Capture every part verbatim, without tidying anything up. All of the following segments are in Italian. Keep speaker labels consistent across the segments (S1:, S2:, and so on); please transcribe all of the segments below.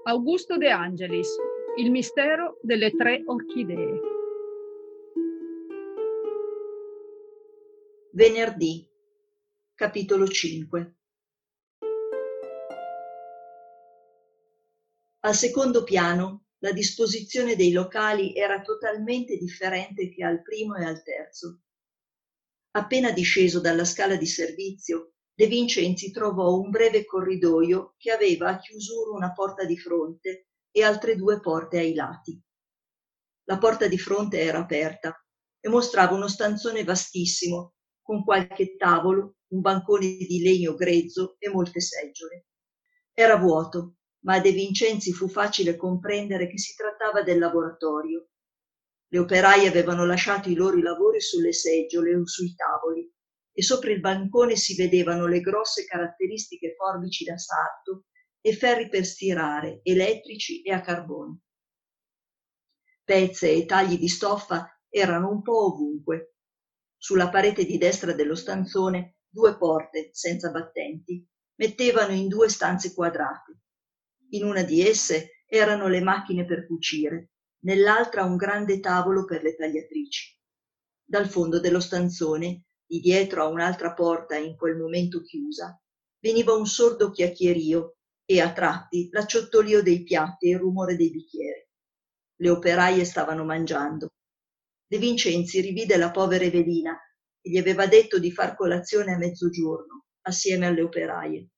S1: Augusto De Angelis, Il mistero delle tre orchidee.
S2: Venerdì, capitolo cinque. Al secondo piano la disposizione dei locali era totalmente differente che al primo e al terzo. Appena disceso dalla scala di servizio, De Vincenzi trovò un breve corridoio che aveva a chiusura una porta di fronte e altre due porte ai lati. La porta di fronte era aperta e mostrava uno stanzone vastissimo, con qualche tavolo, un bancone di legno grezzo e molte seggiole. Era vuoto, ma a De Vincenzi fu facile comprendere che si trattava del laboratorio. Le operaie avevano lasciato i loro lavori sulle seggiole o sui tavoli e sopra il bancone si vedevano le grosse caratteristiche forbici da sarto e ferri per stirare, elettrici e a carbone. Pezze e tagli di stoffa erano un po' ovunque. Sulla parete di destra dello stanzone due porte, senza battenti, mettevano in due stanze quadrate. In una di esse erano le macchine per cucire, nell'altra un grande tavolo per le tagliatrici. Dal fondo dello stanzone, di dietro a un'altra porta in quel momento chiusa, veniva un sordo chiacchierio e a tratti l'acciottolio dei piatti e il rumore dei bicchieri. Le operaie stavano mangiando. De Vincenzi rivide la povera Evelina che gli aveva detto di far colazione a mezzogiorno assieme alle operaie.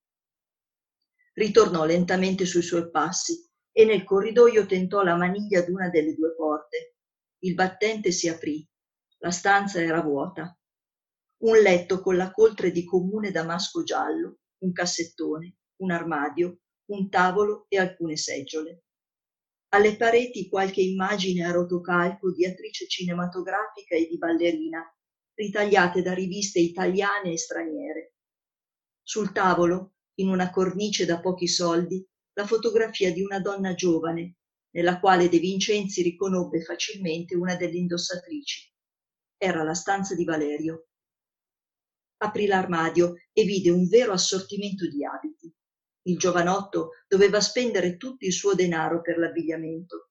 S2: Ritornò lentamente sui suoi passi e nel corridoio tentò la maniglia d'una delle due porte. Il battente si aprì. La stanza era vuota. Un letto con la coltre di comune damasco giallo, un cassettone, un armadio, un tavolo e alcune seggiole. Alle pareti qualche immagine a rotocalco di attrice cinematografica e di ballerina, ritagliate da riviste italiane e straniere. Sul tavolo, in una cornice da pochi soldi, la fotografia di una donna giovane, nella quale De Vincenzi riconobbe facilmente una delle indossatrici. Era la stanza di Valerio. Aprì l'armadio e vide un vero assortimento di abiti. Il giovanotto doveva spendere tutto il suo denaro per l'abbigliamento.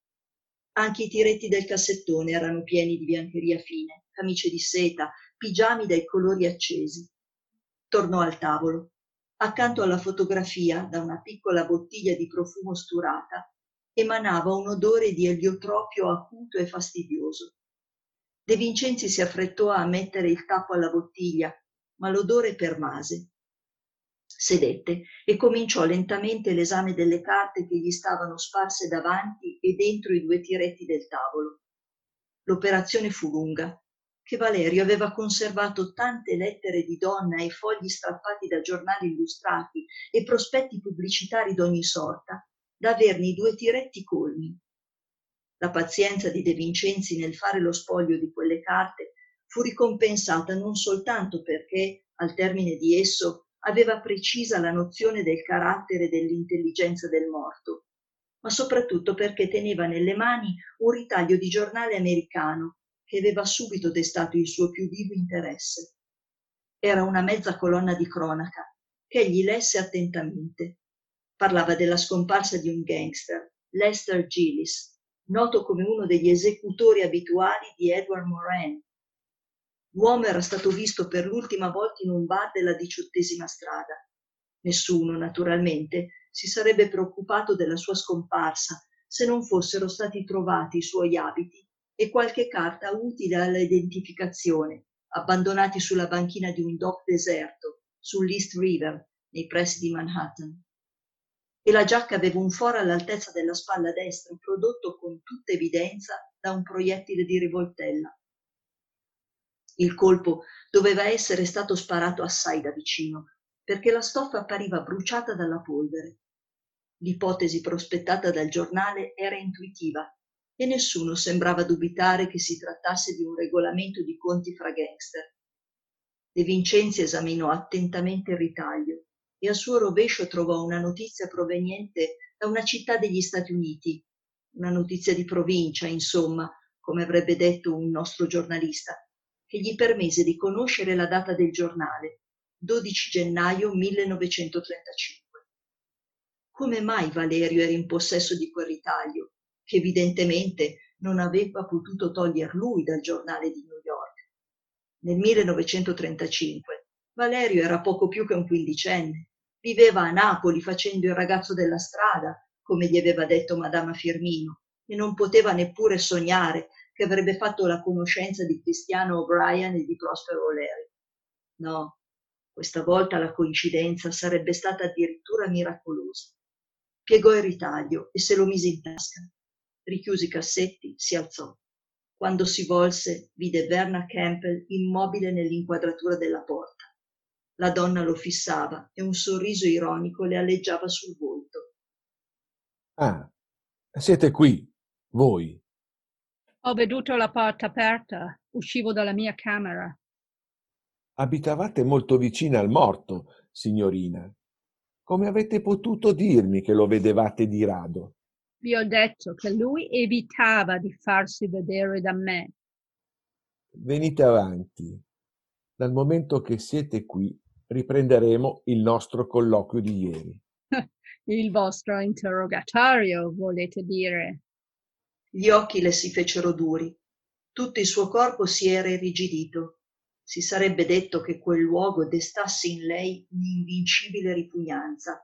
S2: Anche i tiretti del cassettone erano pieni di biancheria fine, camicie di seta, pigiami dai colori accesi. Tornò al tavolo. Accanto alla fotografia, da una piccola bottiglia di profumo sturata, emanava un odore di eliotropio acuto e fastidioso. De Vincenzi si affrettò a mettere il tappo alla bottiglia, ma l'odore permase. Sedette e cominciò lentamente l'esame delle carte che gli stavano sparse davanti e dentro i due tiretti del tavolo. L'operazione fu lunga, che Valerio aveva conservato tante lettere di donna e fogli strappati da giornali illustrati e prospetti pubblicitari d'ogni sorta, da averne i due tiretti colmi. La pazienza di De Vincenzi nel fare lo spoglio di quelle carte fu ricompensata non soltanto perché, al termine di esso, aveva precisa la nozione del carattere e dell'intelligenza del morto, ma soprattutto perché teneva nelle mani un ritaglio di giornale americano che aveva subito destato il suo più vivo interesse. Era una mezza colonna di cronaca che egli lesse attentamente. Parlava della scomparsa di un gangster, Lester Gillis, noto come uno degli esecutori abituali di Edward Moran. L'uomo era stato visto per l'ultima volta in un bar della diciottesima strada. Nessuno, naturalmente, si sarebbe preoccupato della sua scomparsa se non fossero stati trovati i suoi abiti e qualche carta utile alla identificazione, abbandonati sulla banchina di un dock deserto, sull'East River, nei pressi di Manhattan. E la giacca aveva un foro all'altezza della spalla destra, prodotto con tutta evidenza da un proiettile di rivoltella. Il colpo doveva essere stato sparato assai da vicino, perché la stoffa appariva bruciata dalla polvere. L'ipotesi prospettata dal giornale era intuitiva e nessuno sembrava dubitare che si trattasse di un regolamento di conti fra gangster. De Vincenzi esaminò attentamente il ritaglio e al suo rovescio trovò una notizia proveniente da una città degli Stati Uniti, una notizia di provincia, insomma, come avrebbe detto un nostro giornalista, che gli permise di conoscere la data del giornale, dodici gennaio millenovecentotrentacinque. come mai Valerio era in possesso di quel ritaglio, che evidentemente non aveva potuto toglier lui dal giornale di New York. Nel millenovecentotrentacinque Valerio era poco più che un quindicenne, viveva a Napoli facendo il ragazzo della strada, come gli aveva detto Madama Firmino, e non poteva neppure sognare che avrebbe fatto la conoscenza di Cristiano O'Brien e di Prospero O'Leary. No, questa volta la coincidenza sarebbe stata addirittura miracolosa. Piegò il ritaglio e se lo mise in tasca. Richiuse i cassetti, si alzò. Quando si volse, vide Verna Campbell immobile nell'inquadratura della porta. La donna lo fissava e un sorriso ironico le aleggiava sul volto.
S3: Ah, siete qui, voi.
S1: Ho veduto la porta aperta, uscivo dalla mia camera.
S3: Abitavate molto vicina al morto, signorina. Come avete potuto dirmi che lo vedevate di rado?
S1: Vi ho detto che lui evitava di farsi vedere da me.
S3: Venite avanti. Dal momento che siete qui, riprenderemo il nostro colloquio di ieri.
S1: Il vostro interrogatorio, volete dire?
S2: Gli occhi le si fecero duri. Tutto il suo corpo si era irrigidito. Si sarebbe detto che quel luogo destasse in lei un'invincibile ripugnanza.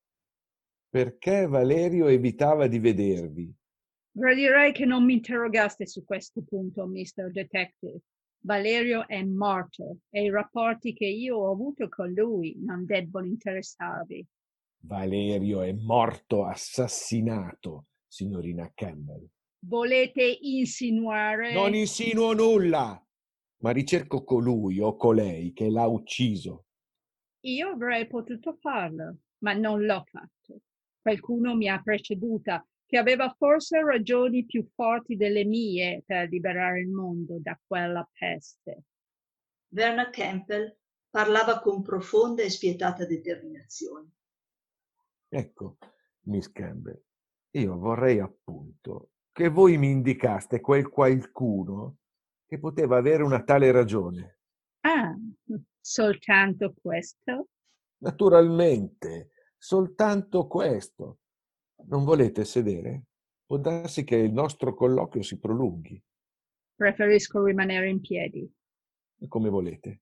S3: Perché Valerio evitava di vedervi?
S1: Gradirei che non mi interrogaste su questo punto, mister Detective. Valerio è morto e i rapporti che io ho avuto con lui non debbono interessarvi.
S3: Valerio è morto assassinato, signorina Campbell.
S1: Volete insinuare?
S3: Non insinuo nulla, ma ricerco colui o colei che l'ha ucciso.
S1: Io avrei potuto farlo, ma non l'ho fatto. Qualcuno mi ha preceduta, che aveva forse ragioni più forti delle mie per liberare il mondo da quella peste.
S2: Verna Campbell parlava con profonda e spietata determinazione.
S3: Ecco, Miss Campbell, io vorrei appunto che voi mi indicaste quel qualcuno che poteva avere una tale ragione.
S1: Ah, soltanto questo?
S3: Naturalmente, soltanto questo. Non volete sedere? Può darsi che il nostro colloquio si prolunghi.
S1: Preferisco rimanere in piedi.
S3: Come volete.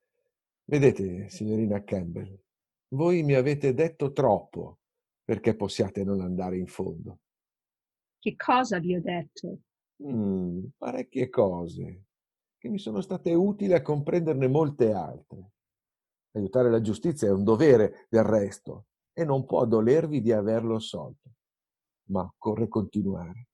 S3: Vedete, signorina Campbell, voi mi avete detto troppo perché possiate non andare in fondo.
S1: Che cosa vi ho detto?
S3: Mm, parecchie cose che mi sono state utili a comprenderne molte altre. Aiutare la giustizia è un dovere, del resto, e non può dolervi di averlo assolto. Ma occorre continuare.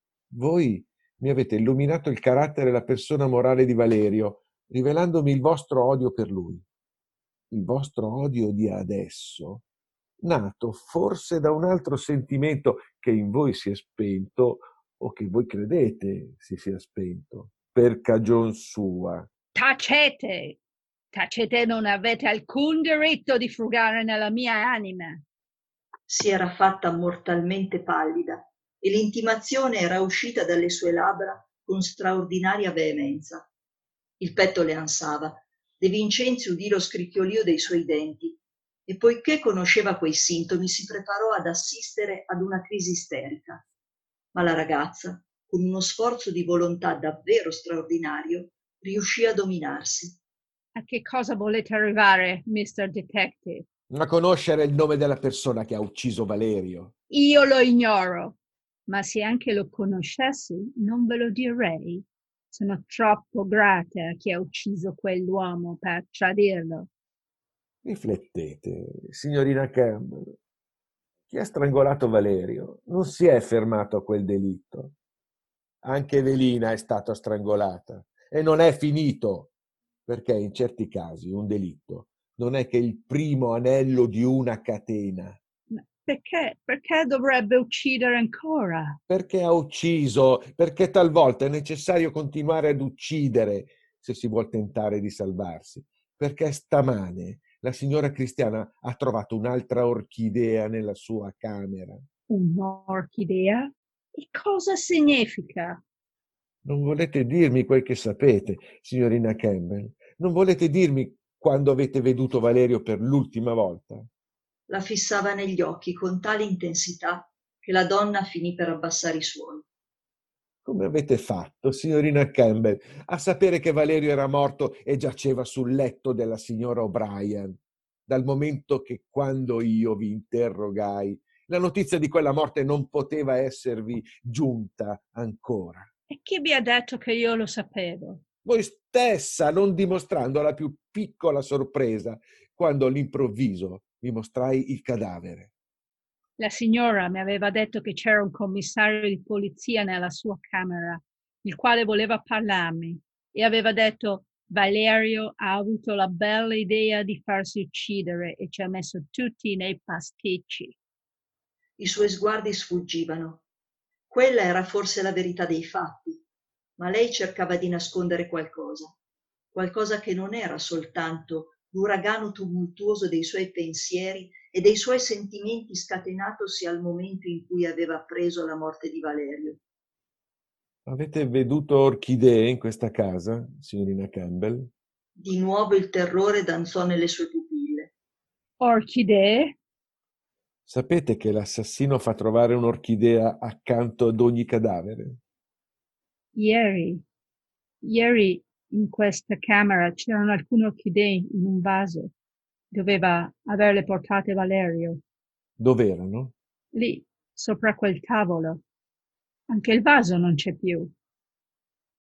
S3: Voi mi avete illuminato il carattere e la persona morale di Valerio, rivelandomi il vostro odio per lui. Il vostro odio di adesso, nato forse da un altro sentimento che in voi si è spento o che voi credete si sia spento, per cagion sua.
S1: Tacete! Tacete, non avete alcun diritto di frugare nella mia anima.
S2: Si era fatta mortalmente pallida e l'intimazione era uscita dalle sue labbra con straordinaria veemenza. Il petto le ansava. De Vincenzi udì lo scricchiolio dei suoi denti e poiché conosceva quei sintomi si preparò ad assistere ad una crisi isterica. Ma la ragazza, con uno sforzo di volontà davvero straordinario, riuscì a dominarsi.
S1: A che cosa volete arrivare, mister Detective?
S3: A conoscere il nome della persona che ha ucciso Valerio.
S1: Io lo ignoro, ma se anche lo conoscessi non ve lo direi. Sono troppo grata a chi ha ucciso quell'uomo per tradirlo.
S3: Riflettete, signorina Campbell. Chi ha strangolato Valerio non si è fermato a quel delitto. Anche Evelina è stata strangolata e non è finito, perché in certi casi un delitto non è che il primo anello di una catena.
S1: Ma perché? Perché dovrebbe uccidere ancora?
S3: Perché ha ucciso? Perché talvolta è necessario continuare ad uccidere se si vuol tentare di salvarsi. Perché stamane la signora Cristiana ha trovato un'altra orchidea nella sua camera.
S1: Un'orchidea? E cosa significa?
S3: Non volete dirmi quel che sapete, signorina Campbell? Non volete dirmi quando avete veduto Valerio per l'ultima volta?
S2: La fissava negli occhi con tale intensità che la donna finì per abbassare i suoni.
S3: Come avete fatto, signorina Campbell, a sapere che Valerio era morto e giaceva sul letto della signora O'Brien, dal momento che quando io vi interrogai, la notizia di quella morte non poteva esservi giunta ancora?
S1: E chi vi ha detto che io lo sapevo?
S3: Voi stessa, non dimostrando la più piccola sorpresa, quando all'improvviso mi mostrai il cadavere.
S1: La signora mi aveva detto che c'era un commissario di polizia nella sua camera, il quale voleva parlarmi, e aveva detto: Valerio ha avuto la bella idea di farsi uccidere e ci ha messo tutti nei pasticci.
S2: I suoi sguardi sfuggivano. Quella era forse la verità dei fatti, ma lei cercava di nascondere qualcosa, qualcosa che non era soltanto l'uragano tumultuoso dei suoi pensieri e dei suoi sentimenti scatenatosi al momento in cui aveva appreso la morte di Valerio.
S3: Avete veduto orchidee in questa casa, signorina Campbell?
S2: Di nuovo il terrore danzò nelle sue pupille.
S1: Orchidee?
S3: Sapete che l'assassino fa trovare un'orchidea accanto ad ogni cadavere?
S1: Ieri, ieri in questa camera c'erano alcune orchidee in un vaso. Doveva averle portate Valerio.
S3: Dov'erano?
S1: Lì, sopra quel tavolo. Anche il vaso non c'è più.